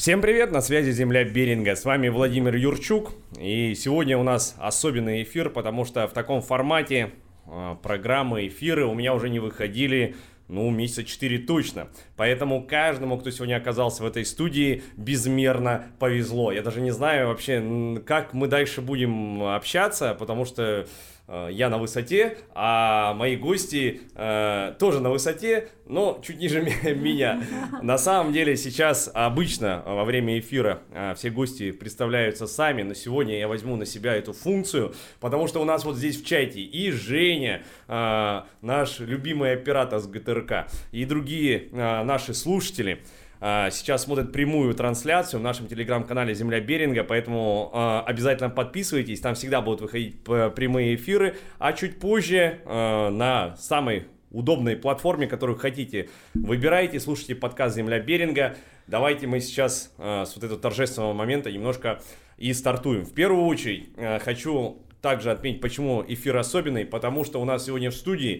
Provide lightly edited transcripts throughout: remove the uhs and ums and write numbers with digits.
Всем привет, на связи Земля Беринга, с вами Владимир Юрчук, и сегодня у нас особенный эфир, потому что в таком формате программы, эфиры у меня уже не выходили, месяца 4 точно, поэтому каждому, кто сегодня оказался в этой студии, безмерно повезло. Я даже не знаю вообще, как мы дальше будем общаться, потому что я на высоте, а мои гости тоже на высоте, но чуть ниже меня. На самом деле сейчас обычно во время эфира все гости представляются сами, но сегодня я возьму на себя эту функцию, потому что у нас вот здесь в чате и Женя, наш любимый оператор с ГТРК, и другие наши слушатели сейчас смотрят прямую трансляцию в нашем телеграм-канале Земля Беринга, поэтому обязательно подписывайтесь, там всегда будут выходить прямые эфиры, а чуть позже на самой удобной платформе, которую хотите, выбирайте, слушайте подкаст Земля Беринга. Давайте мы сейчас с вот этого торжественного момента немножко и стартуем. В первую очередь хочу также отметить, почему эфир особенный, потому что у нас сегодня в студии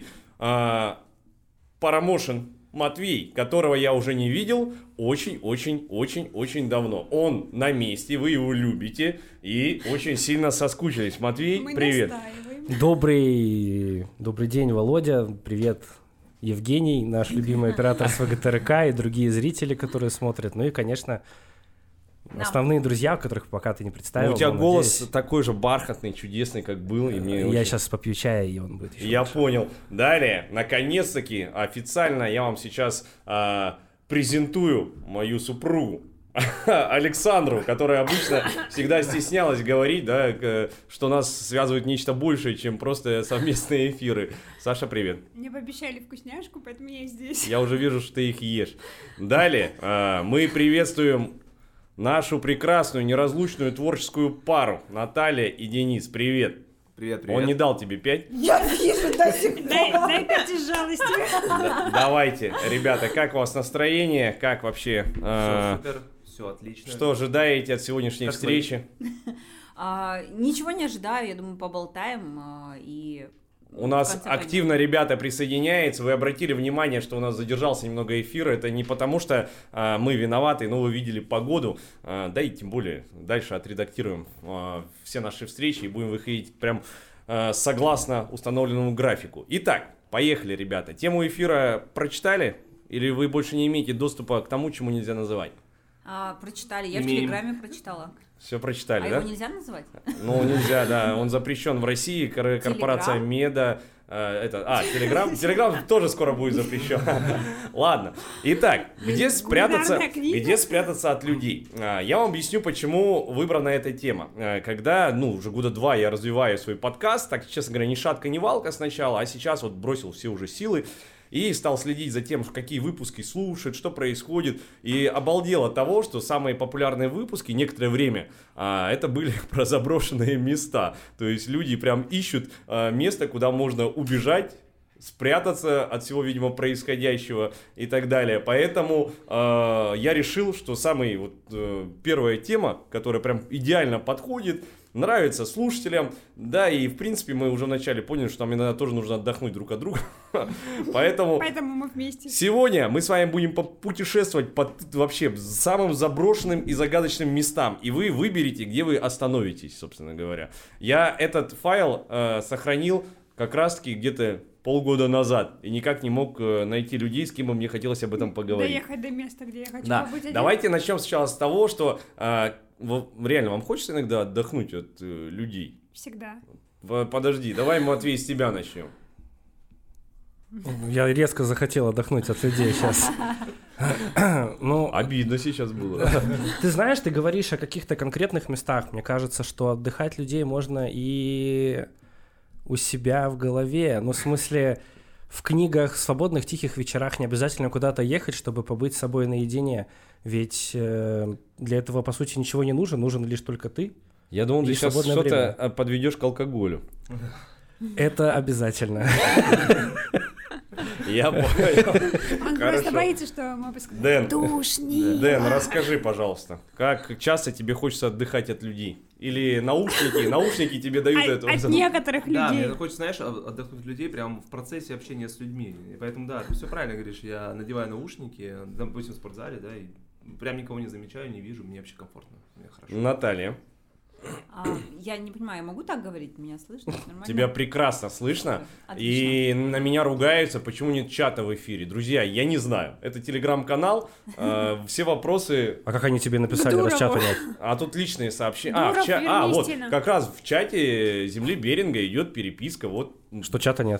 Парамошин Матвей, которого я уже не видел очень очень давно. Он на месте, вы его любите и очень сильно соскучились. Матвей, мы привет. Добрый день, Володя. Привет, Евгений, наш любимый оператор с ВГТРК и другие зрители, которые смотрят. Ну и, конечно, основные друзья, которых пока ты не представил. У тебя голос такой же бархатный, чудесный, как был. И мне я сейчас попью чая, и он будет еще Я лучше. Понял. Далее, наконец-таки, официально я вам сейчас презентую мою супругу Александру, которая обычно всегда стеснялась говорить, да, что нас связывает нечто большее, чем просто совместные эфиры. Саша, привет. Мне пообещали вкусняшку, поэтому я здесь. Я уже вижу, что ты их ешь. Далее, мы приветствуем нашу прекрасную, неразлучную творческую пару Наталья и Денис. Привет. Привет. Он не дал тебе 5? Я вижу до сих пор. Дай 5 из жалости. Давайте, ребята, как у вас настроение? Как вообще? Все супер, все отлично. Что ожидаете от сегодняшней встречи? Ничего не ожидаю, я думаю, поболтаем и... У нас активно ребята присоединяются. Вы обратили внимание, что у нас задержался немного эфира. Это не потому, что мы виноваты, но вы видели погоду. Да и тем более дальше отредактируем все наши встречи и будем выходить прям согласно установленному графику. Итак, поехали, ребята. Тему эфира прочитали? Или вы больше не имеете доступа к тому, чему нельзя называть? Прочитали, я в Телеграме прочитала. Все прочитали, да? Его нельзя называть? Ну, нельзя, да. Он запрещен в России. Корпорация Меда. Телеграм? Телеграм тоже скоро будет запрещен. Ладно. Итак, где спрятаться от людей? Я вам объясню, почему выбрана эта тема. Когда, уже года 2 я развиваю свой подкаст, так, честно говоря, ни шатка, ни валка сначала, а сейчас вот бросил все уже силы. И стал следить за тем, какие выпуски слушают, что происходит. И обалдел от того, что самые популярные выпуски некоторое время это были про заброшенные места. То есть люди прям ищут место, куда можно убежать, спрятаться от всего, видимо, происходящего и так далее. Поэтому я решил, что первая тема, которая прям идеально подходит, нравится слушателям, да, и в принципе мы уже вначале поняли, что нам иногда тоже нужно отдохнуть друг от друга, поэтому мы вместе. Сегодня мы с вами будем путешествовать по вообще самым заброшенным и загадочным местам, и вы выберете, где вы остановитесь, собственно говоря. Я этот файл сохранил как раз-таки где-то полгода назад и никак не мог найти людей, с кем бы мне хотелось об этом поговорить. Доехать до места, где я хочу побыть один. Давайте начнем сначала с того, что реально вам хочется иногда отдохнуть от людей? Всегда. Подожди, давай, Матвей, с тебя начнем. Я резко захотел отдохнуть от людей сейчас. Обидно сейчас было. Ты знаешь, ты говоришь о каких-то конкретных местах. Мне кажется, что отдыхать людей можно и у себя в голове. В смысле, в книгах «Свободных тихих вечерах» не обязательно куда-то ехать, чтобы побыть с собой наедине. Ведь для этого, по сути, ничего не нужен. Нужен лишь только ты. Я думал, ты сейчас что-то подведешь к алкоголю. Это обязательно. Я понял. Он просто боится, что мы бы сказали. Дэн, душни. Дэн, расскажи, пожалуйста, как часто тебе хочется отдыхать от людей? Или наушники тебе дают это? От некоторых людей. Да, мне хочется, знаешь, отдохнуть от людей прямо в процессе общения с людьми. И поэтому, да, ты все правильно говоришь, я надеваю наушники, допустим, в спортзале, да, и прям никого не замечаю, не вижу, мне вообще комфортно, мне хорошо. Наталья, Я не понимаю, я могу так говорить? Меня слышно? Нормально? тебя прекрасно слышно. Отлично. И на меня ругаются, почему нет чата в эфире. Друзья, я не знаю. Это телеграм-канал, все вопросы... А как они тебе написали, Дурову. раз чата нет? А тут личные сообщения. Дуров, Вот, Вернистина. как раз в чате Земли Беринга идет переписка. Вот. Что чата нет?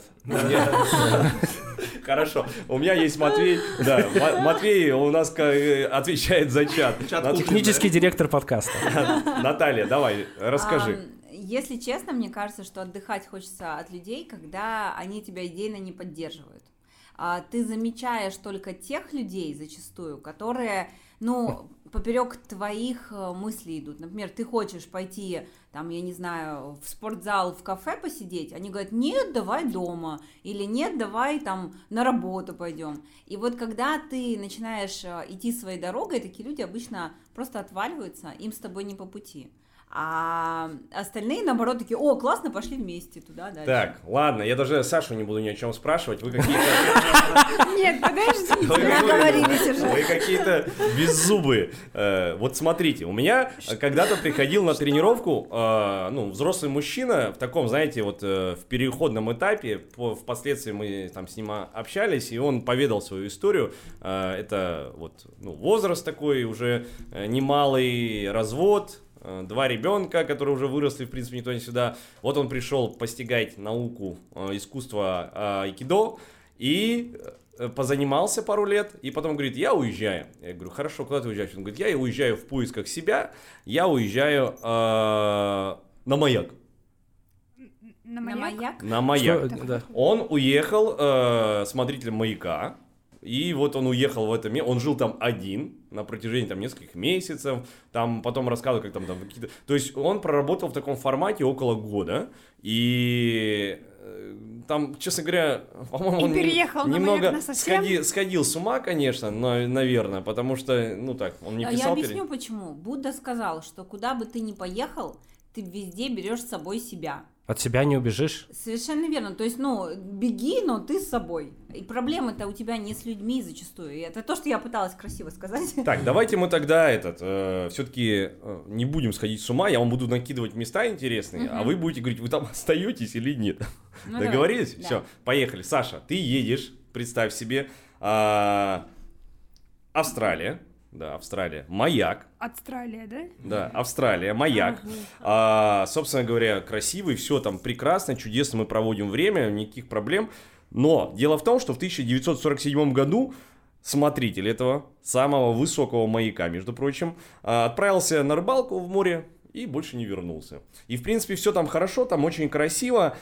Хорошо. У меня есть Матвей. Да, Матвей у нас отвечает за чат. Технический директор подкаста. Наталья, давай, расскажи. Если честно, мне кажется, что отдыхать хочется от людей, когда они тебя идейно не поддерживают. Ты замечаешь только тех людей зачастую, которые, поперек твоих мыслей идут. Например, ты хочешь пойти, там, я не знаю, в спортзал, в кафе посидеть, они говорят, нет, давай дома, или нет, давай там на работу пойдем. И вот когда ты начинаешь идти своей дорогой, такие люди обычно просто отваливаются, им с тобой не по пути. А остальные, наоборот, такие, о, классно, пошли вместе туда дальше. Так, ладно, я даже Сашу не буду ни о чем спрашивать. Вы какие-то... Нет, подождите. Договорились уже. Вы какие-то беззубые. Вот смотрите, у меня когда-то приходил на тренировку, взрослый мужчина в таком, знаете, вот в переходном этапе. Впоследствии мы там с ним общались, и он поведал свою историю. Это вот возраст такой уже немалый, развод. 2 ребенка, которые уже выросли, в принципе, ни туда ни сюда. Вот он пришел постигать науку, искусство айкидо и позанимался пару лет, и потом говорит, я уезжаю. Я говорю, хорошо, куда ты уезжаешь? Он говорит, я уезжаю в поисках себя, я уезжаю на маяк. На На маяк? маяк? На маяк. Что? Да. Он уехал смотрителем маяка, и вот он уехал в это место, он жил там один на протяжении там нескольких месяцев, там потом рассказывал, как там какие-то... То есть он проработал в таком формате около года, и там, честно говоря, по-моему, И он переехал на немного маяк насовсем? сходил с ума, конечно, наверное, потому что, он не Я писал... объясню почему. Будда сказал, что куда бы ты ни поехал, ты везде берешь с собой себя. От себя не убежишь? Совершенно верно. То есть, беги, но ты с собой. И проблемы-то у тебя не с людьми зачастую. И это то, что я пыталась красиво сказать. Так, давайте мы тогда все-таки не будем сходить с ума, я вам буду накидывать места интересные, а вы будете говорить, вы там остаетесь или нет. Ну, Договорились? давай. Все, поехали. Саша, ты едешь, представь себе, Австралия. Да, Австралия. Маяк. Австралия, да? Да, Австралия, маяк. Собственно говоря, красивый, все там прекрасно, чудесно, мы проводим время, никаких проблем. Но дело в том, что в 1947 году смотритель этого самого высокого маяка, между прочим, отправился на рыбалку в море и больше не вернулся. И, в принципе, все там хорошо, там очень красиво,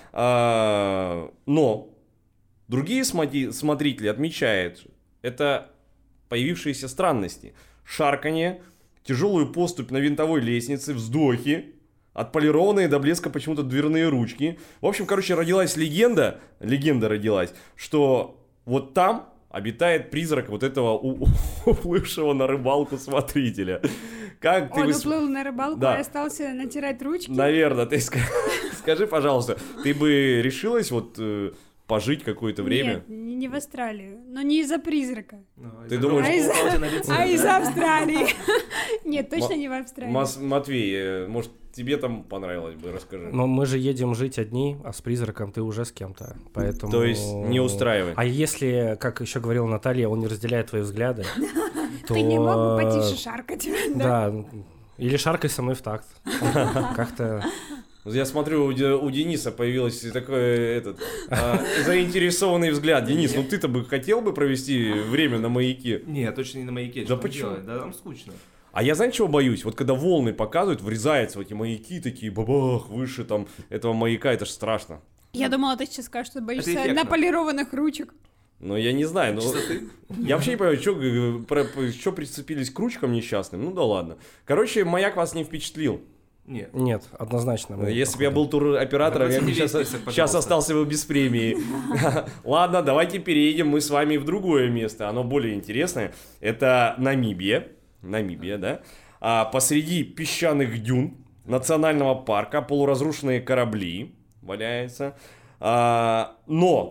но другие смотрители отмечают, это появившиеся странности. Шарканье, тяжелую поступь на винтовой лестнице, вздохи, отполированные до блеска почему-то дверные ручки. В общем, родилась легенда родилась, что вот там обитает призрак вот этого уплывшего на рыбалку смотрителя. Как Он уплыл на рыбалку Да. и остался натирать ручки. Наверное, ты скажи, пожалуйста, ты бы решилась пожить какое-то время? Нет, не в Австралию. Но не из-за призрака. Ты думаешь- А из Австралии. Нет, точно не в Австралии. Матвей, может, тебе там понравилось бы, расскажи. Но мы же едем жить одни, а с призраком ты уже с кем-то, поэтому... То есть не устраивает. А если, как еще говорила Наталья, он не разделяет твои взгляды, то... Ты не мог бы потише шаркать? Да, или шаркай со мной в такт. Как-то... Я смотрю, у Дениса появился такой заинтересованный взгляд. Денис, ты-то бы хотел бы провести время на маяке? Нет, точно не на маяке. Да что там почему? делать? Да там скучно. А я, знаете, чего боюсь? Вот когда волны показывают, врезаются в эти маяки, такие бабах, выше там этого маяка, это ж страшно. Я думала, ты сейчас скажешь, что боишься эффектно. наполированных ручек. Но я не знаю, я вообще не понимаю, что прицепились к ручкам несчастным. Ну да ладно. Короче, маяк вас не впечатлил. Нет. Нет, однозначно. мы Если бы я был походу. туроператором, я бы Заходи в сейчас список, пожалуйста. остался бы без премии. Ладно, давайте переедем мы с вами в другое место. Оно более интересное. Это Намибия. Намибия, да. Посреди песчаных дюн национального парка полуразрушенные корабли валяются. Но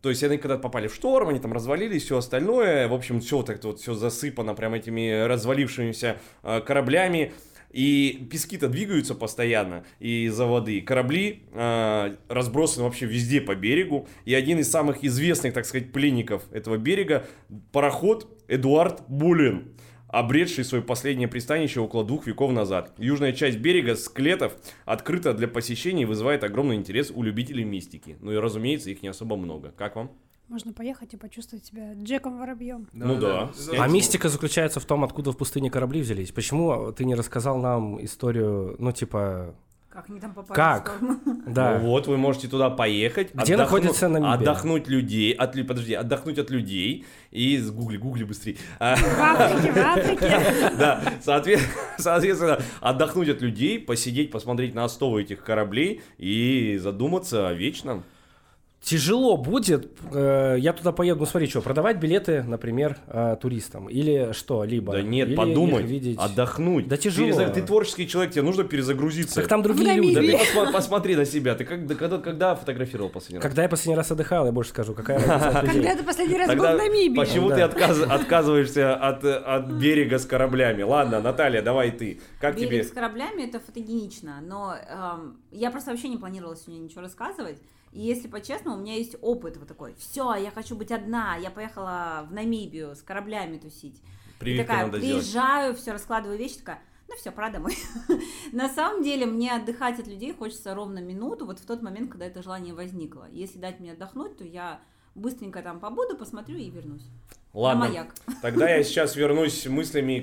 То есть они когда попали в шторм, они там развалились, все остальное. В общем, все так вот все засыпано прям этими развалившимися кораблями. И пески-то двигаются постоянно из-за воды. Корабли разбросаны вообще везде по берегу. И один из самых известных, так сказать, пленников этого берега — пароход Эдуард Буллин, обретший свое последнее пристанище около 2 веков назад. Южная часть берега Склетов открыта для посещения и вызывает огромный интерес у любителей мистики. Ну и, разумеется, их не особо много. Как вам? Можно поехать и почувствовать себя Джеком Воробьем. Ну да. А мистика заключается в том, откуда в пустыне корабли взялись. Почему ты не рассказал нам историю, ну типа... Как они там попали Как? в шторм? Да. Ну вот, вы можете туда поехать. Где находится Намибия? Отдохнуть отдохнуть от людей. И гугли быстрее. В Африке. Да, соответственно, отдохнуть от людей, посидеть, посмотреть на остовы этих кораблей и задуматься о вечном. Тяжело будет, я туда поеду, ну смотри, что, продавать билеты, например, туристам или что-либо. Да нет, или подумай, их видеть. отдохнуть. Да тяжело. Ты творческий человек, тебе нужно перезагрузиться. Так там другие В люди. Да Намибии. ты посмотри на себя. Ты когда фотографировал последний раз? Когда я последний раз отдыхал, я больше скажу, какая разница от людей. Когда ты последний раз был Тогда в Намибии? почему Да. ты отказываешься от берега с кораблями? Ладно, Наталья, давай ты. Как Берег тебе? с кораблями — это фотогенично, но я просто вообще не планировала сегодня ничего рассказывать. И если по-честному, у меня есть опыт вот такой. Все, я хочу быть одна. Я поехала в Намибию с кораблями тусить. Прививку И такая, надо сделать. приезжаю, все раскладываю вещи, такая, ну все, пора домой. На самом деле, мне отдыхать от людей хочется ровно минуту, вот в тот момент, когда это желание возникло. Если дать мне отдохнуть, то я быстренько там побуду, посмотрю и вернусь. Ладно, На маяк. тогда я сейчас вернусь мыслями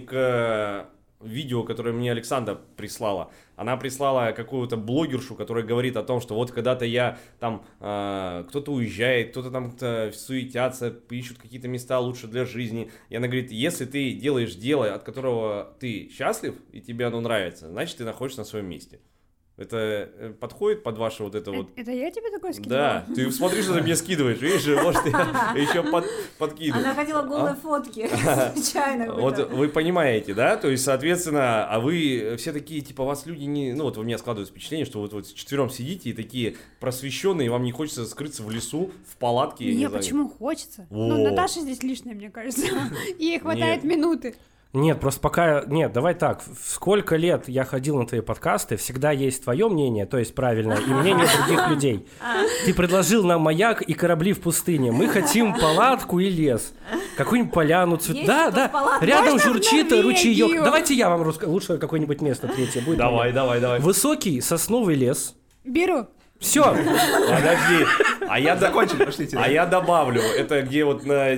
к видео, которое мне Александра прислала. Она прислала какую-то блогершу, которая говорит о том, что вот когда-то я там, кто-то уезжает, кто-то там суетятся, ищут какие-то места лучше для жизни. И она говорит, если ты делаешь дело, от которого ты счастлив и тебе оно нравится, значит ты находишься на своем месте. Это подходит под ваше вот это вот... Это я тебе такое скидывала? Да, ты смотри, что ты мне скидываешь, видишь, может, я еще подкидываю. Она хотела голые фотки, случайно. Вот вы понимаете, да? То есть, соответственно, а вы все такие, типа, вас люди не... Ну, вот у меня складывается впечатление, что вот вчетвером сидите и такие просвещенные, и вам не хочется скрыться в лесу, в палатке, я не Не, знаю. почему хочется? Во. Ну, Наташа здесь лишняя, мне кажется. Ей хватает Нет. минуты. Нет, просто пока... Нет, давай так. Сколько лет я ходил на твои подкасты, всегда есть твое мнение, то есть правильное, и мнение других людей. Ты предложил нам маяк и корабли в пустыне. Мы хотим палатку и лес. Какую-нибудь поляну. Есть Да, что да. в палатке? Рядом Можно в журчит Норвегию? ручеек. Давайте я вам лучше какое-нибудь место третье будет. Давай. Высокий сосновый лес. Беру. Все. Подожди. Закончили, пошлите. А я добавлю, это где вот на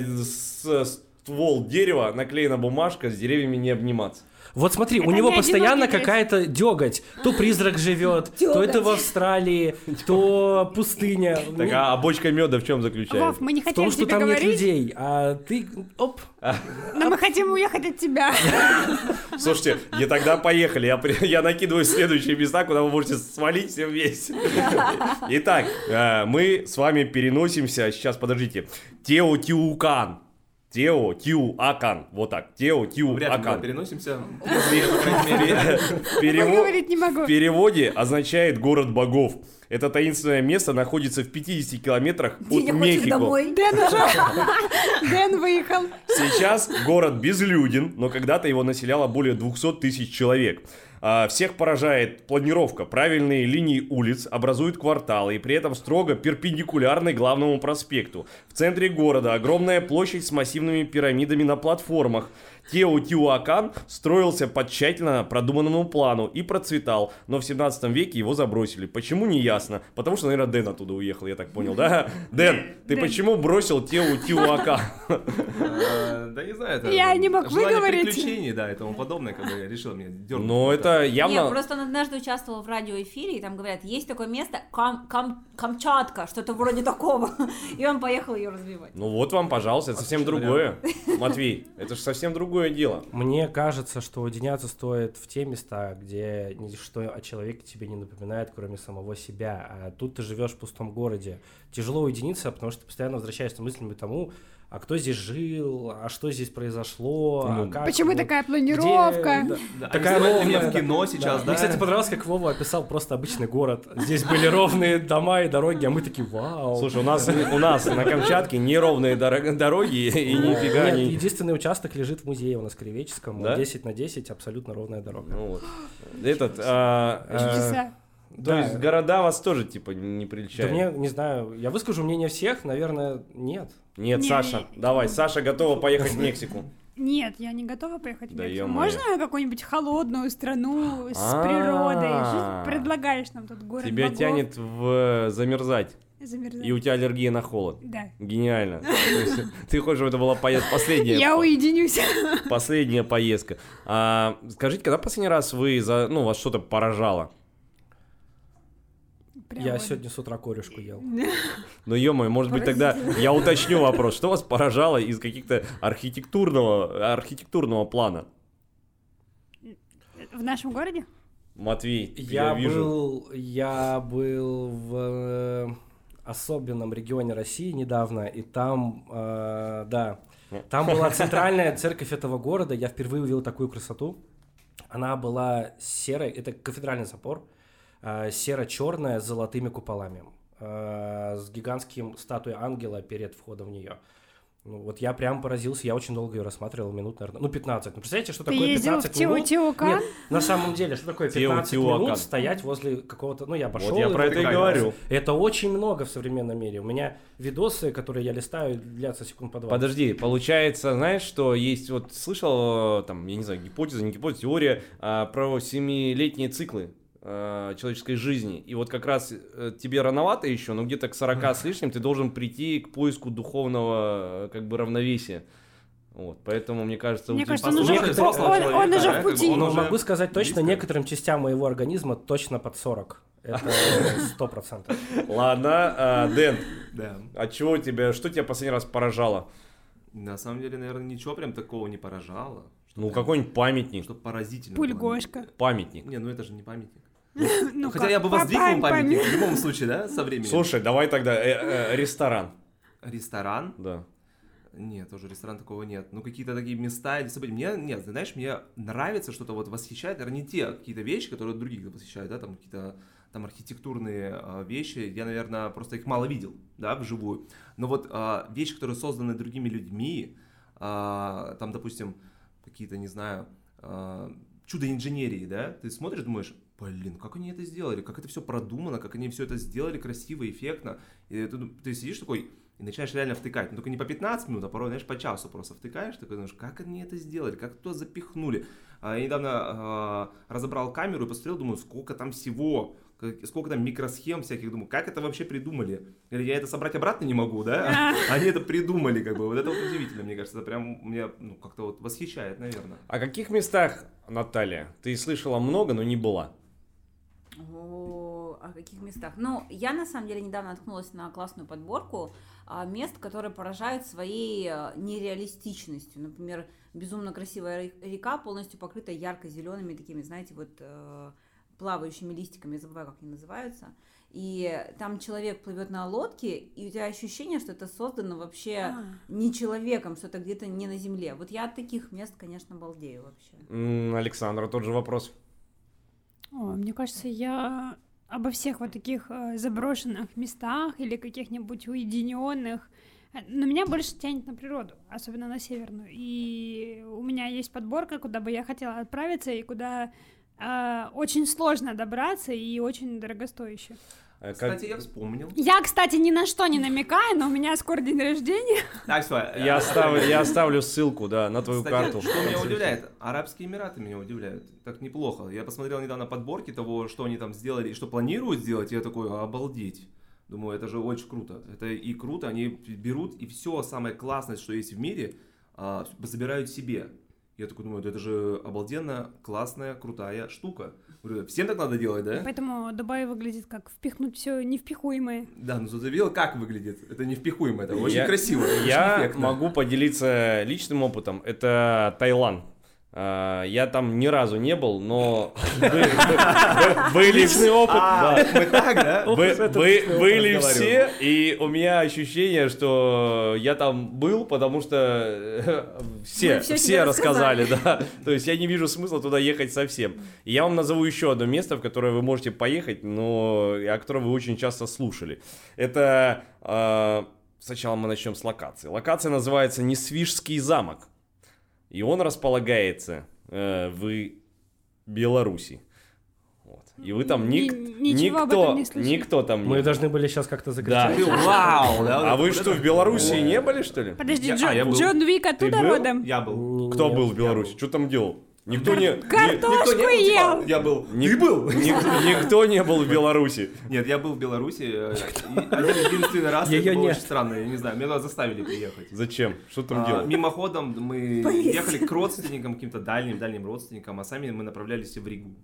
ствол дерева наклеена бумажка с деревьями не обниматься. Вот смотри, у Это него не постоянно одинокий лес. какая-то деготь. То призрак живет, то это в Австралии, то пустыня. Так, а бочка меда в чем заключается? Вов, мы не В хотим том, что тебе там нет говорить, людей, а ты... Оп. но мы хотим уехать от тебя. Слушайте, тогда поехали. Я накидываю следующие места, куда вы можете свалить все вместе. Итак, мы с вами переносимся. Сейчас, подождите. Теотиуакан. Теотиуакан. Вот так. Вряд ли мы Теотиуакан. переносимся. В Говорить не могу. в переводе означает город богов. Это таинственное место находится в 50 километрах от Деня хочет Мехико. домой. Дэн уже. Дэн выехал. Сейчас город безлюден, но когда-то его населяло более 200 тысяч человек. Всех поражает планировка. Правильные линии улиц образуют кварталы и при этом строго перпендикулярны главному проспекту. В центре города огромная площадь с массивными пирамидами на платформах. Теотиуакан строился по тщательно продуманному плану и процветал, но в 17 веке его забросили. Почему, не ясно. Потому что, наверное, Дэн оттуда уехал, я так понял, да? Дэн, ты почему бросил Теотиуакан? Да не знаю, это... Я не мог желание выговорить. приключений, да, и тому подобное, как бы я решил меня дернуть. Но это Нет, явно... просто он однажды участвовал в радиоэфире, и там говорят, есть такое место, Камчатка, что-то вроде такого. И он поехал ее развивать. Ну вот вам, пожалуйста, это совсем другое. Матвей, это же совсем другое дело. Мне кажется, что уединяться стоит в те места, где ничто о человеке тебе не напоминает, кроме самого себя. А тут ты живешь в пустом городе. Тяжело уединиться, потому что ты постоянно возвращаешься мыслями к тому, а кто здесь жил, а что здесь произошло, а как Почему вот, такая планировка? где- Да, такая они снимают ровная, меня в кино сейчас, да? Мне, кстати, понравилось, как Вова описал просто обычный город. Здесь были ровные дома и дороги, а мы такие, вау. Слушай, у нас на Камчатке неровные дороги и нифига Нет, не... единственный участок лежит в музее у нас Кривеческом, Да? 10/10, абсолютно ровная дорога. Ну вот. Этот, Чудеса. то Да. есть города вас тоже, типа, не Да приличают? мне, не знаю, я выскажу мнение всех, наверное, нет. Нет, Не, Саша, давай, Саша готова поехать в Мексику. Нет, я не готова поехать в Да Мексику. ё-моё. Можно какую-нибудь холодную страну с А-а-а. природой? Что ты предлагаешь нам тут город Тебя богов? тянет замерзать, Замерзать. и у тебя аллергия на холод. Да. Гениально. То есть ты хочешь, чтобы это была последняя... Я уединюсь. Последняя поездка. Скажите, когда последний раз вас что-то поражало? Прям Я вот. сегодня с утра корешку ел. Ну, ё-моё, может быть, тогда я уточню вопрос. Что вас поражало из каких-то архитектурного плана? В нашем городе? Матвей, я вижу. Я был в особенном регионе России недавно, и там, там была центральная церковь этого города. Я впервые увидел такую красоту. Она была серой, это кафедральный собор, серо-черная с золотыми куполами, с гигантским статуей ангела перед входом в нее. Ну, вот я прям поразился, я очень долго ее рассматривал, минут, наверное, 15. Ну, представляете, что Ты такое ездил 15 в минут? Теотиуакан? Нет, на самом деле, что такое 15 Теотиуакан. минут стоять возле какого-то... Ну, я пошел... Вот я про это и вот говорю. это очень много в современном мире. У меня видосы, которые я листаю, длятся секунд по 20. Подожди, получается, знаешь, что есть, вот слышал, там, я не знаю, гипотеза, не гипотеза, теория про 7-летние циклы человеческой жизни. И вот как раз тебе рановато еще, но где-то к 40 с лишним ты должен прийти к поиску духовного как бы равновесия. Вот, поэтому, мне кажется, Мне у тебя... кажется, он уже Послушай взрослого он человека, уже да, в как бы пути. он Ну, уже могу сказать точно, близко. некоторым частям моего организма точно под 40. Это 100%. Ладно, Дэн, Да. что тебя последний раз поражало? На самом деле, наверное, ничего прям такого не поражало. Что Ну, прям- какой-нибудь памятник. Что поразительно. Пульгошка. Памятник. Не, ну это же не памятник. Ну Хотя как, я бы воздвигнул память. памятник в любом случае, да, со временем. Слушай, давай тогда ресторан. Ресторан? Да. Нет, тоже ресторан такого нет. Ну, какие-то такие места или события. Нет, знаешь, мне нравится что-то вот восхищает, наверное, не те какие-то вещи, которые других восхищают, да, там какие-то там архитектурные вещи. Я, наверное, просто их мало видел, да, вживую. Но вот вещи, которые созданы другими людьми, там, допустим, какие-то, не знаю, чудо инженерии, да, ты смотришь, думаешь, блин, как они это сделали, как это все продумано, как они все это сделали красиво, эффектно. И ты сидишь такой и начинаешь реально втыкать. Ну, только не по 15 минут, а порой, знаешь, по часу просто втыкаешь, такой думаешь, как они это сделали, как туда запихнули. Я недавно разобрал камеру и посмотрел, думаю, сколько там всего, сколько там микросхем всяких, думаю, как это вообще придумали? Или я это собрать обратно не могу, да? Они это придумали, как бы. Вот это вот удивительно, мне кажется, это прям меня как-то вот восхищает, наверное. О каких местах, Наталья, ты слышала много, но не была? О каких местах? Ну, я на самом деле недавно наткнулась на классную подборку мест, которые поражают своей нереалистичностью. Например, безумно красивая река, полностью покрыта ярко-зелеными такими, знаете, вот плавающими листиками, я забываю, как они называются. И там человек плывет на лодке, и у тебя ощущение, что это создано вообще не человеком, что это где-то не на земле. Вот я от таких мест, конечно, балдею вообще. Александра, тот же вопрос. Мне кажется, я обо всех вот таких заброшенных местах или каких-нибудь уединенных, но меня больше тянет на природу, особенно на северную. И у меня есть подборка, куда бы я хотела отправиться и куда очень сложно добраться и очень дорогостоящее. Кстати, я вспомнил. Я, кстати, ни на что не намекаю, но у меня скоро день рождения. Так, все. Я оставлю ссылку, да, на твою Кстати, карту. что меня удивляет? Арабские Эмираты меня удивляют. Так неплохо. Я посмотрел недавно подборки того, что они там сделали и что планируют сделать, и я такой, обалдеть. Думаю, это же очень круто. Это и круто, они берут и все самое классное, что есть в мире, забирают себе. Я такой думаю, это же обалденно классная, крутая штука. Говорю, всем так надо делать, да? Поэтому Дубай выглядит как впихнуть все невпихуемое. Да, ну ты видел, как выглядит? Это невпихуемо, это очень красиво. очень Я эффектно. могу поделиться личным опытом. Это Таиланд. Я там ни разу не был, но были Личный опыт. Мы так, да? были все, и у меня ощущение, что я там был, потому что все тебе рассказали, да. То есть я не вижу смысла туда ехать совсем. И я вам назову еще одно место, в которое вы можете поехать, но о котором вы очень часто слушали. Это сначала мы начнем с локации. Локация называется Несвижский замок. И он располагается в Беларуси. Вот. И вы там никто там Мы не должны были сейчас как-то закричать. Да. Вау! А вы что, в Беларуси не были, что ли? Подожди, я был. Джон Уик оттуда был? родом? Я был. Кто Нет, был в Беларуси? Что там делал? Никто не... Картошку ел! Я был. Ты был? Никто не был в Беларуси. Нет, я был в Беларуси один единственный раз. Её Это было нет. очень странно, я не знаю, меня туда заставили приехать. Зачем? Что там делать? Мимоходом мы ехали к родственникам, каким-то дальним родственникам, а сами мы направлялись в Ригу.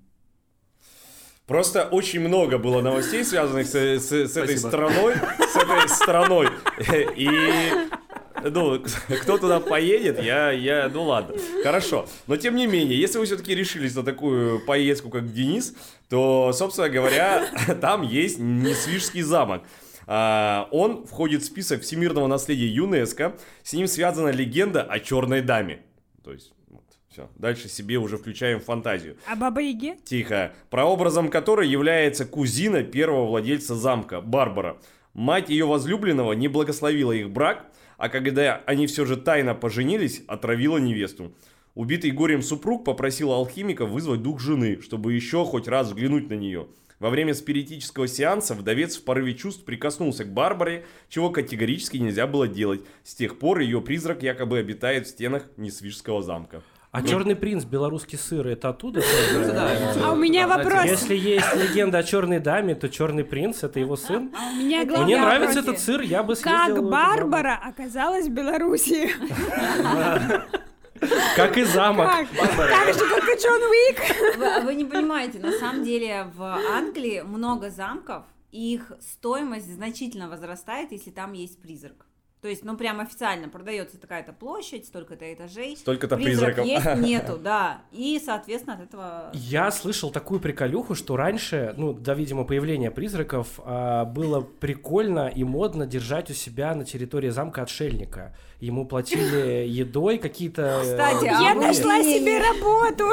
Просто очень много было новостей, связанных с этой Спасибо. страной. И... Ну, кто туда поедет, ну ладно, хорошо. Но тем не менее, если вы все-таки решились на такую поездку, как Денис, то, собственно говоря, там есть Несвижский замок. Он входит в список всемирного наследия ЮНЕСКО. С ним связана легенда о черной даме. То есть, вот, все. Дальше себе уже включаем фантазию. А Баба Яге? Тихо. Прообразом которой является кузина первого владельца замка, Барбара. Мать ее возлюбленного не благословила их брак, а когда они все же тайно поженились, отравила невесту. Убитый горем супруг попросил алхимика вызвать дух жены, чтобы еще хоть раз взглянуть на нее. Во время спиритического сеанса вдовец в порыве чувств прикоснулся к Барбаре, чего категорически нельзя было делать. С тех пор ее призрак якобы обитает в стенах Несвижского замка. А черный принц, белорусский сыр, это оттуда? А у меня вопрос. Если есть легенда о черной даме, то черный принц это его сын. У меня главный Мне вопрос. нравится этот сыр, я бы съездил. в Как этот Барбара оказалась в Беларуси? замок. Как и замок. Как? Так же, как и Джон Уик? Вы не понимаете, на самом деле в Англии много замков, и их стоимость значительно возрастает, если там есть призрак. То есть, ну, прям официально продается такая-то площадь, столько-то этажей. Столько-то Призрак призраков. есть, нету, да. И, соответственно, от этого... Я слышал такую приколюху, что раньше, ну, до, видимо, появления призраков, было прикольно и модно держать у себя на территории замка отшельника. Ему платили едой какие-то... Кстати, Я вы- нашла себе работу.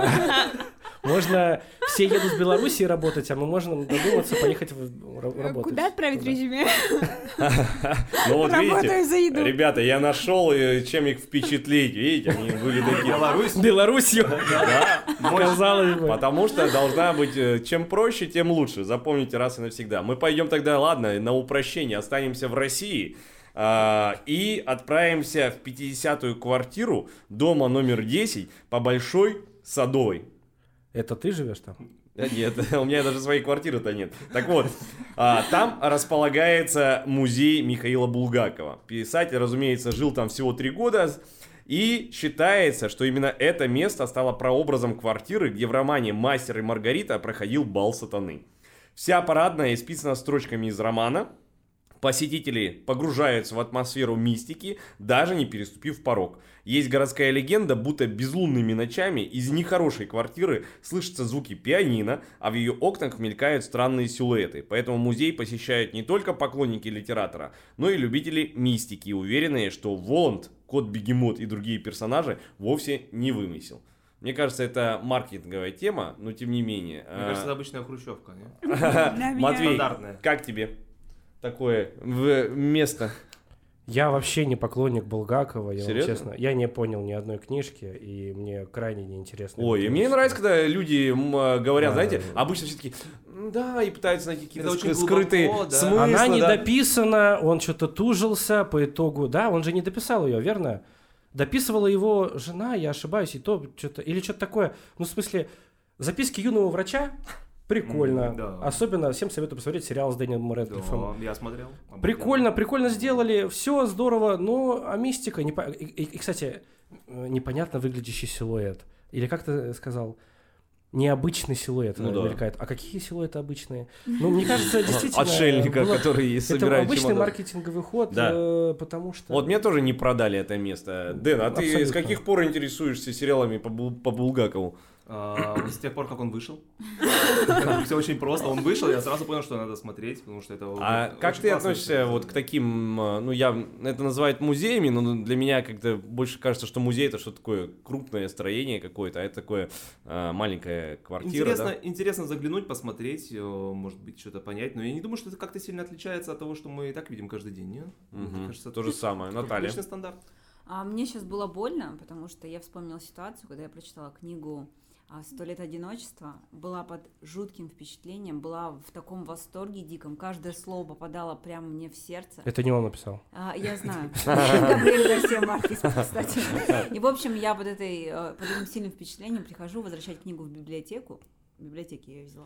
Можно... Все едут в Беларуси работать, а мы можем додуматься поехать работать. Куда отправить резюме? Ну вот Работаю видите, за еду. ребята, я нашел, чем их впечатлить. Видите, они были такие... Беларусь? Беларусью, Да, казалось бы. потому что должна быть, чем проще, тем лучше. Запомните раз и навсегда. Мы пойдем тогда, ладно, на упрощение, останемся в России и отправимся в 50-ю квартиру дома номер 10 по Большой Садовой. Это ты живешь там? Нет, у меня даже своей квартиры-то нет. Так вот, там располагается музей Михаила Булгакова. Писатель, разумеется, жил там всего 3 года. И считается, что именно это место стало прообразом квартиры, где в романе «Мастер и Маргарита» проходил бал сатаны. Вся парадная исписана строчками из романа. Посетители погружаются в атмосферу мистики, даже не переступив порог. Есть городская легенда, будто безлунными ночами из нехорошей квартиры слышатся звуки пианино, а в ее окнах мелькают странные силуэты. Поэтому музей посещают не только поклонники литератора, но и любители мистики, уверенные, что Воланд, Кот-бегемот и другие персонажи вовсе не вымысел. Мне кажется, это маркетинговая тема, но тем не менее. Мне кажется, это обычная хрущевка, не? Матвей, Стандартная. как тебе такое место? Я вообще не поклонник Булгакова, я вам Серьезно? честно. Я не понял ни одной книжки, и мне крайне неинтересно. Ой, это мне всё. нравится, когда люди говорят, Да. знаете, обычно все таки да, и пытаются найти какие-то Это очень скрытые глубоко, да. смыслы. Она не да. дописана, он что-то тужился по итогу. Да, он же не дописал ее, верно? Дописывала его жена, я ошибаюсь, и то что-то, или что-то такое. Ну, в смысле, записки юного врача прикольно. Да. Особенно всем советую посмотреть сериал с Дэниелом Рэдклиффом. Да, я смотрел. Прикольно сделали, все здорово, но а мистика... И, кстати, непонятно выглядящий силуэт. Или как ты сказал? необычный силуэт мелькает. А какие силуэты обычные? Ну, мне кажется, действительно... Отшельника, который собирает это обычный чемодан. маркетинговый ход, потому что... Вот мне тоже не продали это место. Дэн, а ты Абсолютно. с каких пор интересуешься сериалами по Булгакову? С тех пор, как он вышел. Все очень просто. Он вышел, я сразу понял, что надо смотреть, потому что это А очень как ты классный относишься сериал. вот к таким, это называют музеями, но для меня как-то больше кажется, что музей это что-то такое крупное строение какое-то, а это такое маленькая квартира, да? Интересно заглянуть, посмотреть, может быть, что-то понять, но я не думаю, что это как-то сильно отличается от того, что мы и так видим каждый день, нет? Мне кажется, То же самое. Наталья. обычный стандарт. А мне сейчас было больно, потому что я вспомнила ситуацию, когда я прочитала книгу «100 лет одиночества», была под жутким впечатлением, была в таком восторге диком, каждое слово попадало прямо мне в сердце. Это не он написал. Я знаю. Габриэль Гарсия Маркес, кстати. И, в общем, я под этим сильным впечатлением прихожу возвращать книгу в библиотеку. В библиотеке я ее взяла.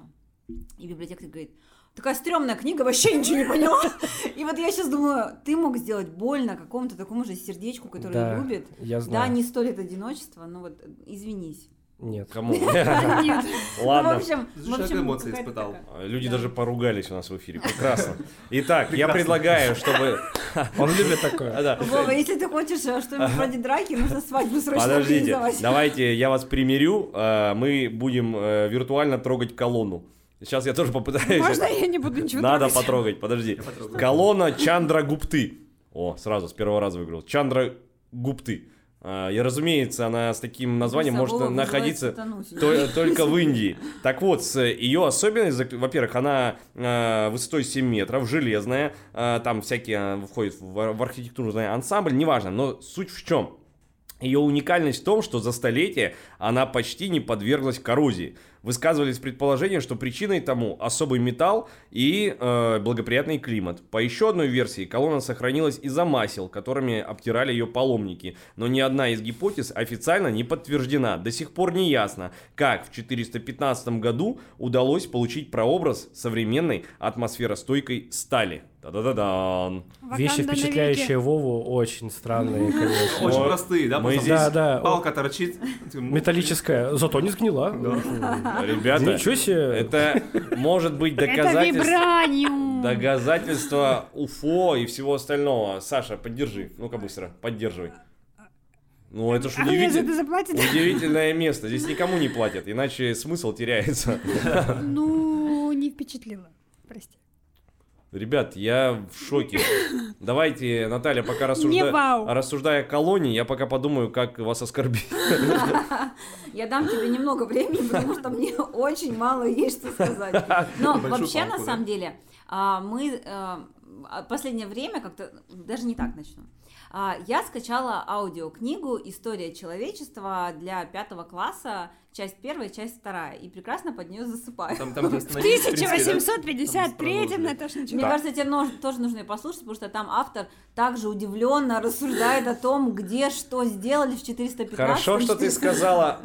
И библиотекарь говорит: такая стрёмная книга, вообще ничего не поняла. И вот я сейчас думаю, ты мог сделать больно какому-то такому же сердечку, которое любит. Я знаю. Да, не 100 лет одиночества, но вот извинись. Нет. Кому? Нет. Ладно. Ну, в общем, Человек эмоции какая-то испытал. такая. Люди Да. даже поругались у нас в эфире. Прекрасно. Итак, я предлагаю, чтобы... Он любит такое. Да. Вова, если ты хочешь что-нибудь вроде драки, нужно свадьбу срочно Подождите, организовать. давайте я вас примирю. Мы будем виртуально трогать колонну. Сейчас я тоже попытаюсь. Можно я не буду ничего Надо трогать? потрогать, подожди. Колонна Чандра Гупты. О, сразу с первого раза выиграл. Чандра Гупты. И, разумеется, она с таким названием Вова может вызывает находиться сатану сейчас. только в Индии. Так вот, ее особенность, во-первых, она высотой 7 метров, железная, там всякие входят в архитектурный ансамбль, неважно, но суть в чем? Ее уникальность в том, что за столетие она почти не подверглась коррозии. Высказывались предположения, что причиной тому особый металл и благоприятный климат. По еще одной версии, колонна сохранилась из-за масел, которыми обтирали ее паломники. Но ни одна из гипотез официально не подтверждена. До сих пор не ясно, как в 415 году удалось получить прообраз современной атмосферостойкой стали. Та-да-да-дан. Вещи, Ваканда впечатляющие Вову, очень странные, конечно. Очень Вот. простые, да? Мы Просто здесь- Да. Палка торчит. Металлическая, зато не сгнила. Ребята, Ничего себе. это может быть Это вибраниум. доказательство УФО и всего остального. Саша, поддержи. Ну-ка быстро, поддерживай. Ну, это ж А мне за это удивительно. заплатят? Удивительное место. Здесь никому не платят, иначе смысл теряется. Ну, не впечатлило. Прости. Ребят, я в шоке. Давайте, Наталья, пока Не вау. рассуждая о колонии, я пока подумаю, как вас оскорбить. Я дам тебе немного времени, потому что мне очень мало есть что сказать. Но Большую вообще, палку, на да? самом деле, мы последнее время как-то, даже не так начну. Я скачала аудиокнигу «История человечества» для 5 класса, часть 1, часть 2, и прекрасно под нее засыпаю. Там, где В остановились, в принципе, да? 1853-м, Наташа, Мне начала. кажется, тебе тоже нужно ее послушать, потому что там автор также удивленно рассуждает о том, где что сделали в 415. Хорошо, что ты сказала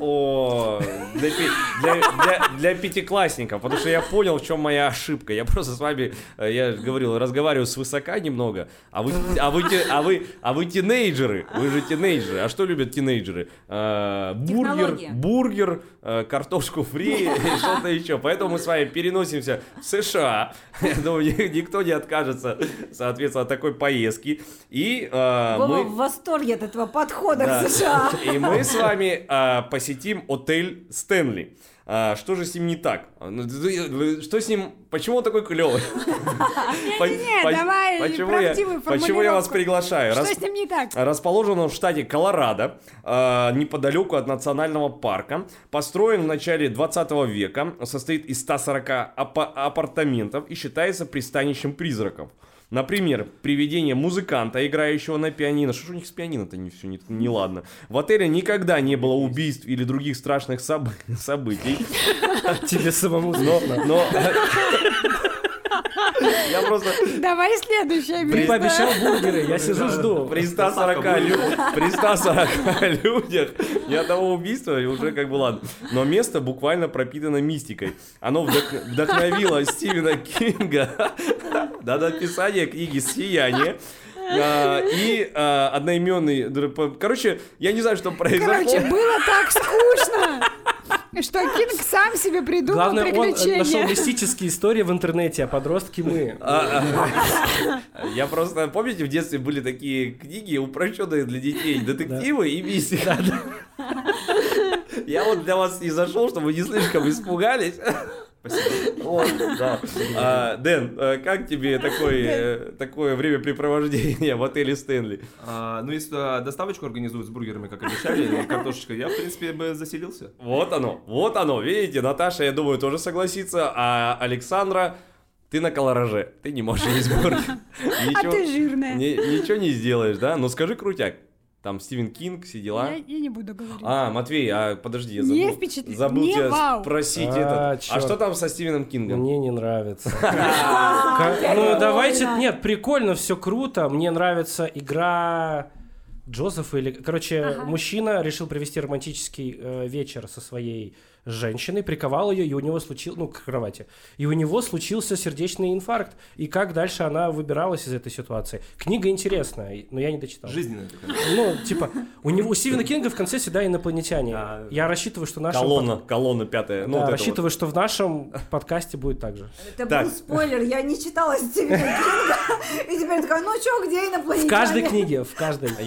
для пятиклассников, потому что я понял, в чем моя ошибка. Я просто с вами, я говорил, разговариваю свысока немного, а вы тинейджеры, вы же тинейджеры. А что любят тинейджеры? Технологии. Бургер, картошку фри и что-то еще. Поэтому мы с вами переносимся в США. Я думаю, никто не откажется, соответственно, от такой поездки. И Вова мы... в восторге от этого подхода Да. к США. И мы с вами посетим отель Стэнли. Что же с ним не так? Что с ним? Почему он такой клевый? Не-не-не, давай правдивую Почему я вас формулировку. приглашаю? Что с ним не так? Расположен он в штате Колорадо, неподалеку от национального парка. Построен в начале 20 века, состоит из 140 апартаментов и считается пристанищем призраков. Например, приведение музыканта, играющего на пианино. Что ж у них с пианино-то не все не ладно. В отеле никогда не было убийств или других страшных событий. Тебе самому смешно. Но... Я просто... Давай следующее Ты место. пообещал бургеры, я сижу жду. При 140 людях ни одного убийства, и уже как бы ладно. Но место буквально пропитано мистикой. Оно вдохновило Стивена Кинга на написание книги «Сияние». И одноименный... Короче, я не знаю, что произошло. Короче, было так скучно. Что Кинг сам себе придумал Главное, он нашел приключения. мистические истории в интернете, а подростки мы. Я просто, помните, в детстве были такие книги, упрощенные для детей, детективы и мистики. Я вот для вас не зашел, чтобы вы не слишком испугались. Спасибо. Вот, да. Дэн, как тебе такое времяпрепровождение в отеле Стэнли? Ну, если доставочку организуют с бургерами, как обещали, и картошечкой, я, в принципе, бы заселился. Вот оно, видите, Наташа, я думаю, тоже согласится, а Александра, ты на колораже, ты не можешь есть бургер. А ты жирная. Ничего не сделаешь, да? Ну скажи, крутяк. Там Стивен Кинг, все дела. Я не буду говорить. Матвей, подожди, я Не забыл. впечатлен. Забыл Не тебя вау. спросить А, А чёрт. что там со Стивеном Кингом? Мне не нравится. Ну, давайте... Нет, прикольно, все круто. Мне нравится игра Джозефа или... Короче, мужчина решил провести романтический вечер со своей женщиной, приковал ее, и у него случился... Ну, к кровати. И у него случился сердечный инфаркт. И как дальше она выбиралась из этой ситуации? Книга интересная, но я не дочитал. Жизненная такая. Ну, типа, у Стивена Кинга в конце всегда инопланетяне. Я рассчитываю, что нашем... Колонна пятая. Ну, Да, вот это рассчитываю, что в нашем подкасте будет так же. Это Так. был спойлер, я не читала Стивена Кинга. И теперь такая, ну чё, где инопланетяне? В каждой книге, в каждой. вот.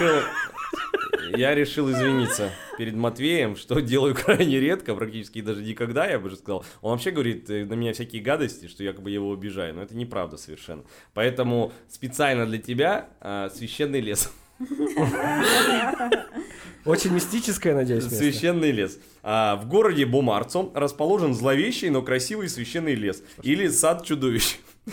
Я решил извиниться перед Матвеем, что делаю крайне редко, практически даже никогда, я бы же сказал. Он вообще говорит на меня всякие гадости, что якобы я его обижаю, но это неправда совершенно. Поэтому специально для тебя священный лес. Очень мистическое, надеюсь, место. Священный лес. В городе Бомарцо расположен зловещий, но красивый священный лес. Или сад чудовищ.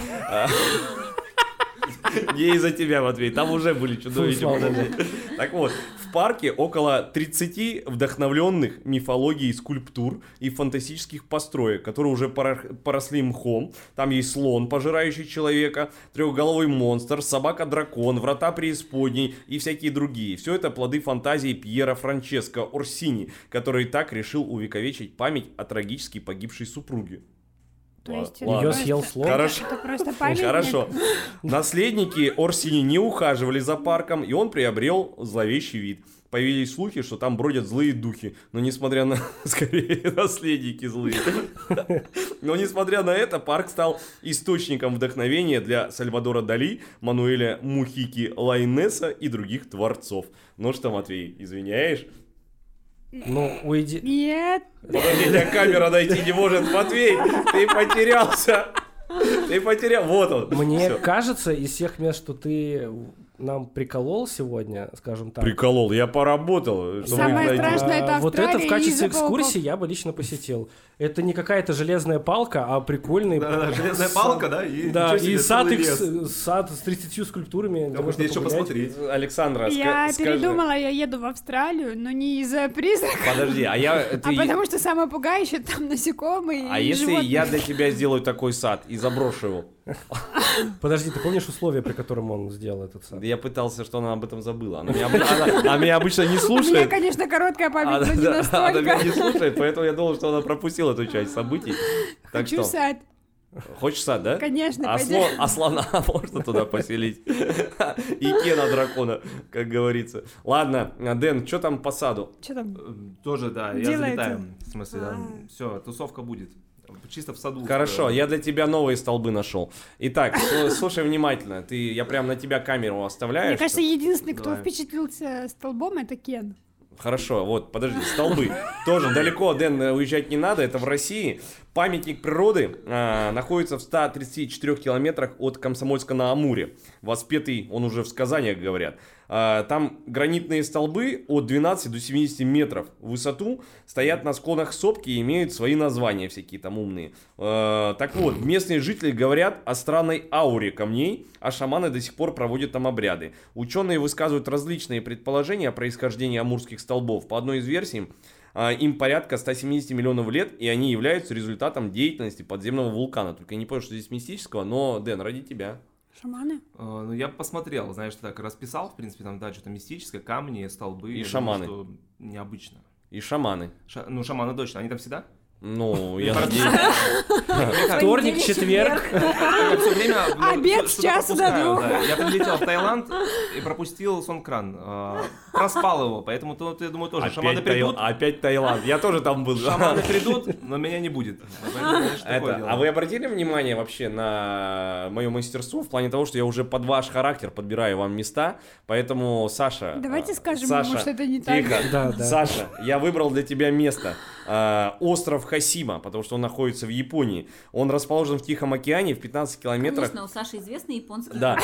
Не из-за тебя, Матвей, там уже были чудовища. Слава Богу. Так вот, в парке около 30 вдохновленных мифологией скульптур и фантастических построек, которые уже поросли мхом. Там есть слон, пожирающий человека, трехголовый монстр, собака-дракон, врата преисподней и всякие другие. Все это плоды фантазии Пьера Франческо Орсини, который так решил увековечить память о трагически погибшей супруге. То есть это Ладно. Её просто- съел слон? Хорошо. Это просто памятник. Хорошо. Наследники Орсини не ухаживали за парком, и он приобрел зловещий вид. Появились слухи, что там бродят злые духи. Но несмотря на... Скорее, наследники злые. Но несмотря на это, парк стал источником вдохновения для Сальвадора Дали, Мануэля Мухики Лайнеса и других творцов. Ну что, Матвей, извиняешь? Ну, уйди. Нет. Подожди, тебя камера найти не может. Матвей, ты потерялся. Ты потерял. Вот он. Мне Всё. кажется, из всех мест, что ты нам приколол сегодня, скажем так. Приколол, я поработал. чтобы Самое их найти. страшное это Вот это Австралия в качестве из-за пауков. экскурсии я бы лично посетил. Это не какая-то железная палка, а прикольный... Да, железная сад. палка, да, и Да, ничего себе, и сад, целый лес. сад с 30 скульптурами. где Там можно можно еще погулять. посмотреть. Александра, Я скажи. передумала, я еду в Австралию, но не из-за призраков, Подожди, а я... а ты- потому что самое пугающее там насекомые А и если животные. я для тебя сделаю такой сад и заброшу его? Подожди, ты помнишь условия, при котором он сделал этот сад? Я пытался, что она об этом забыла. Она меня обычно не У меня, слушает. конечно, короткая память, но не Она меня настолько. не слушает, поэтому я думал, что она пропустила эту часть событий. Так Хочу что, сад, хочешь сад, да? конечно, А пойдем. слона можно туда поселить? И Кена дракона, как говорится. Ладно, Дэн, что там по саду? Что там? Тоже, да, я Делается. залетаю. В смысле, да. Все, тусовка будет. Чисто в саду. Хорошо, я для тебя новые столбы нашел. Итак, слушай внимательно. Я прям на тебя камеру оставляю. Мне кажется, единственный, кто Давай. впечатлился столбом, это Кен. Хорошо, вот, подожди, столбы. Тоже далеко, Дэн, уезжать не надо, это в России. Памятник природы находится в 134 километрах от Комсомольска-на-Амуре. Воспетый, он уже в сказаниях говорят. Там гранитные столбы от 12 до 70 метров в высоту стоят на склонах сопки и имеют свои названия всякие там умные. Так вот, местные жители говорят о странной ауре камней, а шаманы до сих пор проводят там обряды. Ученые высказывают различные предположения о происхождении амурских столбов. По одной из версий, им порядка 170 миллионов лет, и они являются результатом деятельности подземного вулкана. Только я не понял, что здесь мистического, но, Дэн, ради тебя. Шаманы? Ну, я посмотрел, знаешь, так расписал, в принципе, там, да, что-то мистическое, камни, столбы. И Я шаманы. думаю, что необычно. И шаманы. Ну, шаманы точно, они там всегда? Ну, я надеюсь. Вторник, четверг. Я все время Обед с что-то часу до пропускаю, двух. да. Я прилетел в Таиланд и пропустил Сонгкран. Проспал его, поэтому тут, я думаю, тоже шаманы придут. Опять Таиланд. Я тоже там был. Шаманы придут, но меня не будет. Поэтому, конечно, такое дело. А вы обратили внимание вообще на мое мастерство в плане того, что я уже под ваш характер подбираю вам места, поэтому, Саша... Давайте скажем Саша, ему, что это не так. тихо. Да, да. Саша, я выбрал для тебя место. Остров Хасима, потому что он находится в Японии. Он расположен в Тихом океане в 15 километрах. Конечно, у Саши известный японский. Да.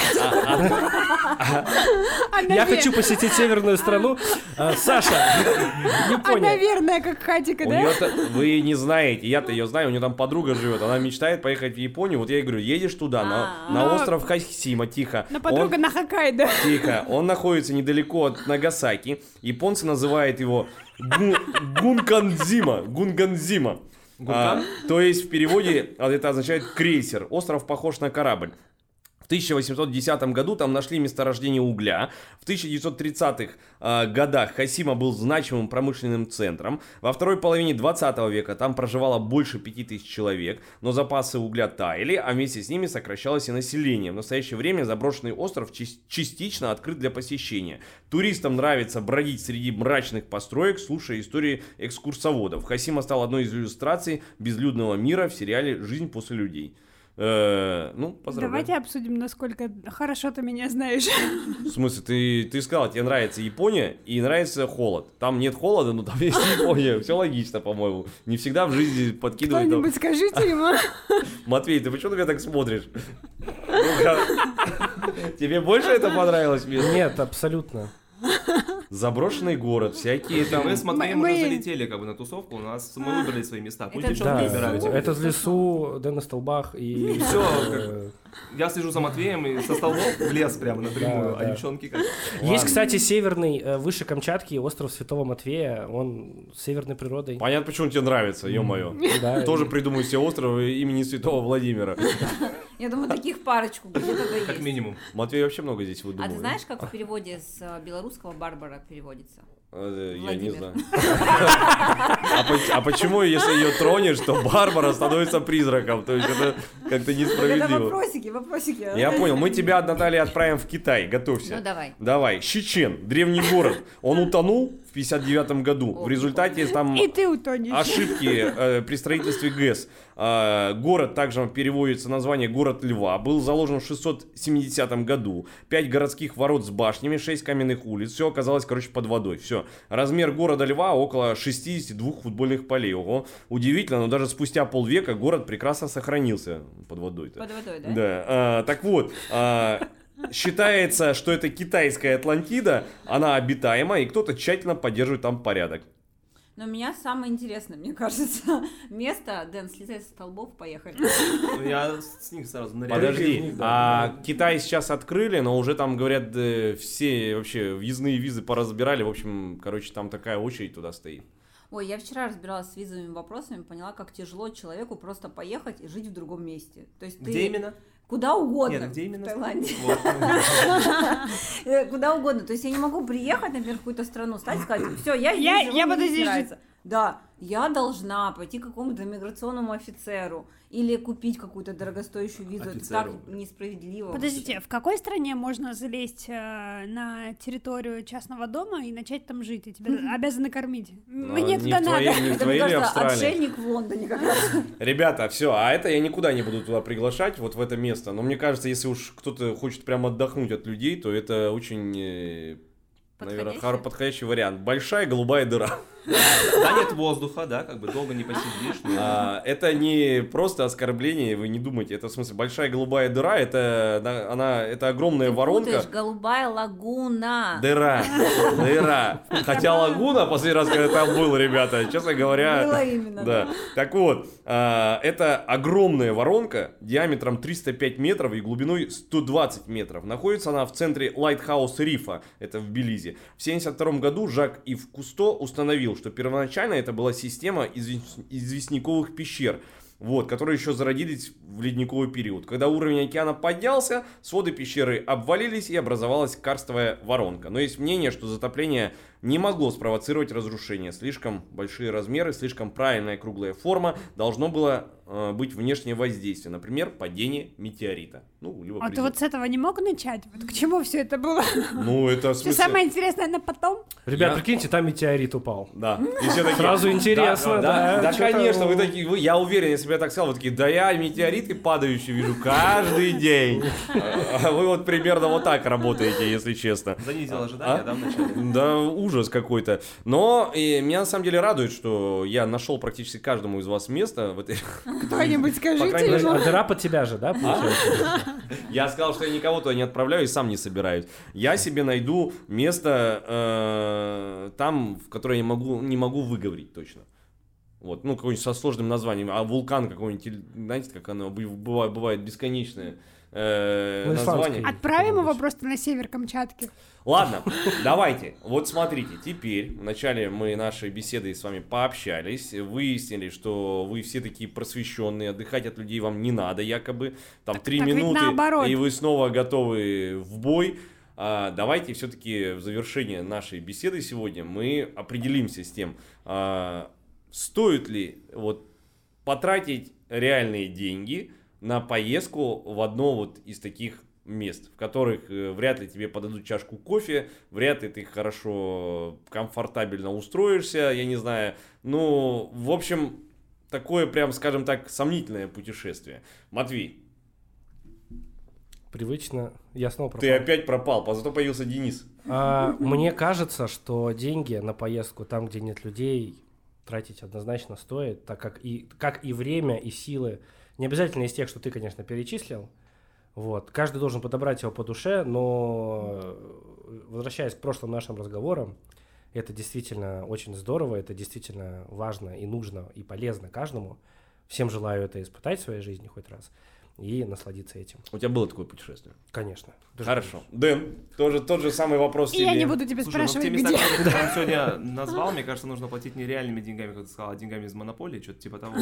Я хочу посетить северную страну. Саша, Япония. наверное, как Хатика, У да? неё вы не знаете, я-то ее знаю, у нее там подруга живет, она мечтает поехать в Японию. Вот я ей говорю, едешь туда, на остров Хасима, тихо. Но подруга на Хоккайдо. Тихо, он находится недалеко от Нагасаки. Японцы называют его Гунганзима. Гункан? То есть в переводе это означает крейсер. Остров похож на корабль. В 1810 году там нашли месторождение угля. В 1930-х годах Хасима был значимым промышленным центром. Во второй половине 20 века там проживало больше 5000 человек, но запасы угля таяли, а вместе с ними сокращалось и население. В настоящее время заброшенный остров частично открыт для посещения. Туристам нравится бродить среди мрачных построек, слушая истории экскурсоводов. Хасима стал одной из иллюстраций безлюдного мира в сериале «Жизнь после людей». Ну, поздравляю. Давайте обсудим, насколько хорошо ты меня знаешь. В смысле, ты сказал, тебе нравится Япония и нравится холод. Там нет холода, но там есть Япония. Все логично, по-моему. Не всегда в жизни подкидывают. Кто-нибудь скажите ему. Матвей, ты почему на меня так смотришь? Ну-ка. Тебе больше это понравилось место? Нет, абсолютно. Заброшенный город, всякие там... Мы с Матвеем Мы- уже залетели как бы на тусовку, мы выбрали свои места. Пусть Это девчонки Да, выбирают. это в лесу, да, на столбах и... Всё, Я слежу за Матвеем и со столбов в лес прямо напрямую, Да, а да. девчонки как... Есть, кстати, северный, выше Камчатки, остров Святого Матвея, он с северной природой. Понятно, почему тебе нравится, ё-моё. Да, Тоже придумаю себе остров имени Святого Владимира. Я думаю, таких парочку где-то да Как есть. минимум. Матвей вообще много здесь А выдумывает. ты знаешь, как в переводе с белорусского Барбара переводится? Я не Владимир. знаю. А почему, если ее тронешь, то Барбара становится призраком? То есть это как-то Это несправедливо. вопросики. Я понял, мы тебя, Наталья, отправим в Китай, готовься. Ну давай. Давай, Щечен, древний город. Он утонул в 59 году. В результате там И ты утонешь. ошибки при строительстве ГЭС. Город также переводится название «Город Льва». Был заложен в 670 году. 5 городских ворот с башнями, 6 каменных улиц. Все оказалось, короче, под водой. Все. Размер города Льва около 62 футбольных полей. Ого. Удивительно, но даже спустя полвека город прекрасно сохранился под водой-то. Под водой, да? Да. Так вот, считается, что это китайская Атлантида, она обитаема, и кто-то тщательно поддерживает там порядок. Но у меня самое интересное, мне кажется, место. Дэн, слезай со столбов, поехали. Ну, я с них сразу ныряю. Подожди, Китай сейчас открыли, но уже там, говорят, все вообще въездные визы поразбирали, в общем, короче, там такая очередь туда стоит. Ой, я вчера разбиралась с визовыми вопросами, поняла, как тяжело человеку просто поехать и жить в другом месте. То есть Где именно? Куда угодно. Нет, где именно? В Таиланде. Вот. Куда угодно. То есть я не могу приехать, например, в какую-то страну, стать и сказать, все, я Я здесь живу, буду мне здесь нравится. Да, я должна пойти к какому-то миграционному офицеру или купить какую-то дорогостоящую визу. Это так Офицеру. несправедливо. Подождите, в какой стране можно залезть на территорию частного дома и начать там жить? И тебя обязаны кормить. Мне не туда в твоей- надо. не в Это, твоей мне или кажется, Австралии? отшельник в Лондоне как раз. Ребята, все, а это я никуда не буду туда приглашать, вот в это место. Но мне кажется, если уж кто-то хочет прям отдохнуть от людей, то это очень, наверное, Подходящий? подходящий вариант. Большая голубая дыра. Да, нет воздуха, да, как бы долго не посидишь. но- Это не просто оскорбление, вы не думайте. Это в смысле большая голубая дыра, это огромная воронка. Путаешь, голубая лагуна. Дыра. Хотя лагуна, последний раз, когда там был, ребята, честно говоря... Было именно. Да. Так вот, это огромная воронка диаметром 305 метров и глубиной 120 метров. Находится она в центре Лайтхаус-Рифа, это в Белизе. В 1972 году Жак-Ив Кусто установил, что первоначально это была система известняковых пещер, которые еще зародились в ледниковый период. Когда уровень океана поднялся, своды пещеры обвалились и образовалась карстовая воронка. Но есть мнение, что затопление не могло спровоцировать разрушение. Слишком большие размеры, слишком правильная круглая форма, должно было быть внешнее воздействие, например, падение метеорита. Ну, либо А ты призыв. вот с этого не мог начать? Вот к чему все это было? Ну, это в Все смысле... самое интересное на потом? Ребят, прикиньте, там метеорит упал. Да. И все такие, Сразу интересно, да. Да, Чё-то- конечно, вы такие, я уверен, если бы я так сказал, вы такие, да я метеориты падающие вижу каждый день. А вы вот примерно вот так работаете, если честно. Занизил ожидания, да, вначале? Да, ужас какой-то. Но меня на самом деле радует, что я нашел практически каждому из вас место в этой... Кто-нибудь По крайней скажите мере, ему. А дыра под тебя же, да, получается? Я сказал, что я никого туда не отправляю и сам не собираюсь. Я себе найду место там, в которое я не могу выговорить точно. Вот, ну, какой-нибудь со сложным названием. А вулкан какой-нибудь, знаете, как оно бывает бесконечное название. Отправим его просто на север Камчатки. Ладно, давайте. Вот смотрите, теперь вначале мы нашей беседой с вами пообщались, выяснили, что вы все такие просвещенные, отдыхать от людей вам не надо, якобы. Там 3 так ведь минуты, наоборот. и вы снова готовы в бой. Давайте все-таки в завершение нашей беседы сегодня мы определимся с тем, стоит ли вот потратить реальные деньги на поездку в одно вот из таких мест, в которых вряд ли тебе подадут чашку кофе, вряд ли ты хорошо, комфортабельно устроишься, я не знаю. Ну, в общем, такое прям, скажем так, сомнительное путешествие. Матвей, Привычно. Я снова пропал. ты опять пропал, зато появился Денис. Мне кажется, что деньги на поездку там, где нет людей, тратить однозначно стоит, так как и время, и силы. Не обязательно из тех, что ты, конечно, перечислил. Вот. Каждый должен подобрать его по душе, но возвращаясь к прошлым нашим разговорам, это действительно очень здорово, это действительно важно и нужно, и полезно каждому. Всем желаю это испытать в своей жизни хоть раз и насладиться этим. У тебя было такое путешествие? Конечно. Хорошо. Дэн, тот же самый вопрос И тебе. я не буду тебя Слушай, ну в спрашивать, те места, где. которые ты нам сегодня назвал, мне кажется, нужно платить не реальными деньгами, как ты сказал, а деньгами из монополии, что-то типа того.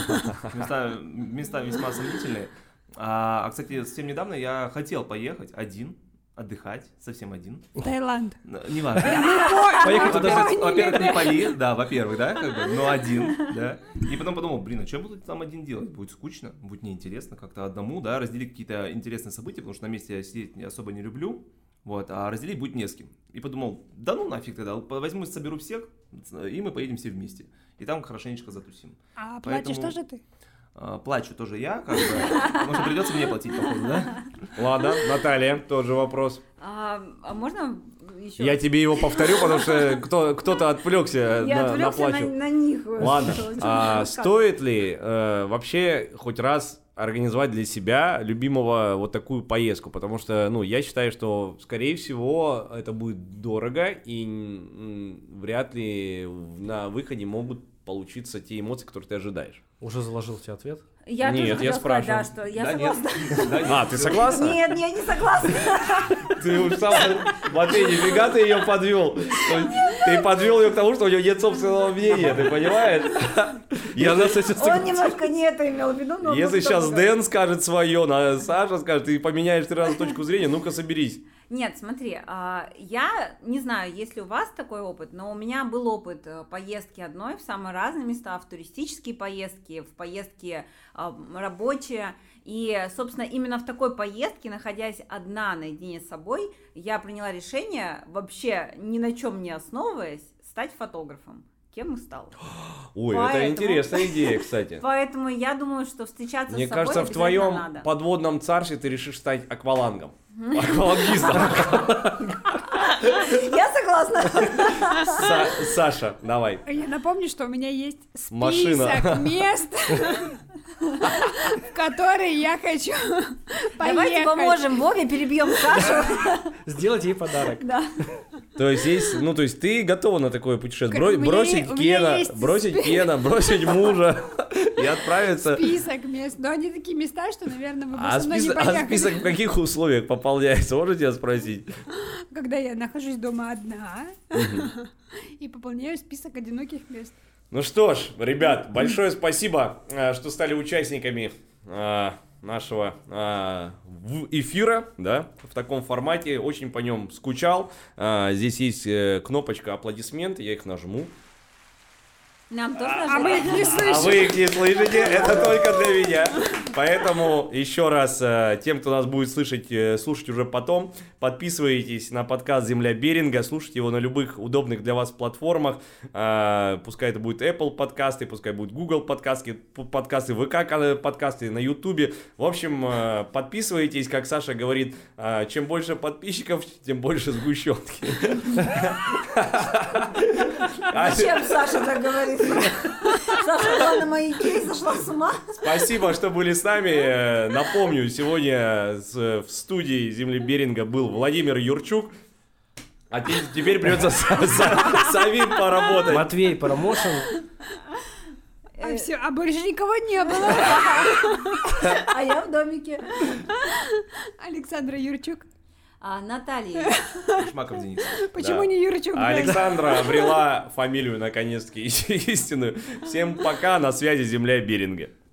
Места весьма сомнительные. А, кстати, совсем недавно я хотел поехать один, отдыхать, совсем один. Таиланд. Неважно. Поехать туда Во-первых, не Пали, да, во-первых, да, как бы, но один, да. И потом подумал, блин, а что я буду там один делать? Будет скучно, будет неинтересно как-то одному, да, разделить какие-то интересные события, потому что на месте я сидеть особо не люблю, вот, а разделить будет не с кем. И подумал, да ну нафиг тогда, возьму, соберу всех, и мы поедем все вместе. И там хорошенечко затусим. А платишь Поэтому- тоже ты? Плачу тоже я, как бы, потому что придется мне платить, походу, да? Ладно, Наталья, тот же вопрос. А можно еще? Я тебе его повторю, потому что кто-то отвлекся Я на отвлекся плачу. на них. Ладно, Что рассказывать. стоит ли вообще хоть раз организовать для себя любимого вот такую поездку? Потому что, ну, я считаю, что, скорее всего, это будет дорого, и вряд ли на выходе могут получиться те эмоции, которые ты ожидаешь. Уже заложил тебе ответ? Я Нет, тоже я хотела сказать, да, спрашиваю. что я Да нет, согласна. да нет. А, ты согласна? Нет, я не согласна. Ты уж сам, смотри, нифига ты ее подвел. Ты подвел ее к тому, что у нее нет собственного мнения, ты понимаешь? Я на Он немножко не это имел в виду, но... Если ну, сейчас что Дэн скажет свое, а Саша скажет, ты поменяешь 3 раза точку зрения, ну-ка соберись. Нет, смотри, я не знаю, есть ли у вас такой опыт, но у меня был опыт поездки одной в самые разные места, в туристические поездки, в поездки рабочие. И, собственно, именно в такой поездке, находясь одна наедине с собой, я приняла решение, вообще ни на чем не основываясь, стать фотографом. Кем и стал. Ой, это Поэтому- интересная идея, кстати. Поэтому я думаю, что встречаться Мне с собой кажется, в обязательно твоем надо. подводном царстве ты решишь стать аквалангом. Аквалангистом. Я согласна. Саша, давай. Я напомню, что у меня есть список Машина. мест, в которые я хочу Давайте поехать. поможем Вове, перебьем Сашу. Сделать ей подарок. Да. То есть есть, ну то есть ты готова на такое путешествие? У меня Бросить у меня Кена, есть бросить мужа и отправиться. Список мест. Но они такие места, что, наверное, вы бы А со мной не список поехали. в каких условиях пополняется? Можете спросить? Когда я нахожусь дома одна и пополняю список одиноких мест. Ну что ж, ребят, большое спасибо, что стали участниками нашего эфира, да, в таком формате. Очень по нем скучал. Здесь есть кнопочка аплодисменты, я их нажму. Нам тоже А мы их не слышим. А вы их не слышите, это только для меня. Поэтому еще раз тем, кто нас будет слушать уже потом, подписывайтесь на подкаст «Земля Беринга», слушайте его на любых удобных для вас платформах. Пускай это будет Apple подкасты, пускай будет Google подкасты, ВК подкасты, на YouTube. В общем, подписывайтесь, как Саша говорит, чем больше подписчиков, тем больше сгущенки. Зачем Саша так говорит? Саша была на маяке и сошла с ума. Спасибо, что были с нами. Напомню, сегодня в студии «Земли Беринга» был Владимир Юрчук. А теперь придется самим поработать. Матвей Парамошин. А все, а больше никого не было. А я в домике. Александра Юрчук. Наталья. Шмаков Денис. Почему Да. не Юрчук? А Александра обрела фамилию наконец-таки истинную. Всем пока, на связи «Земля Беринга».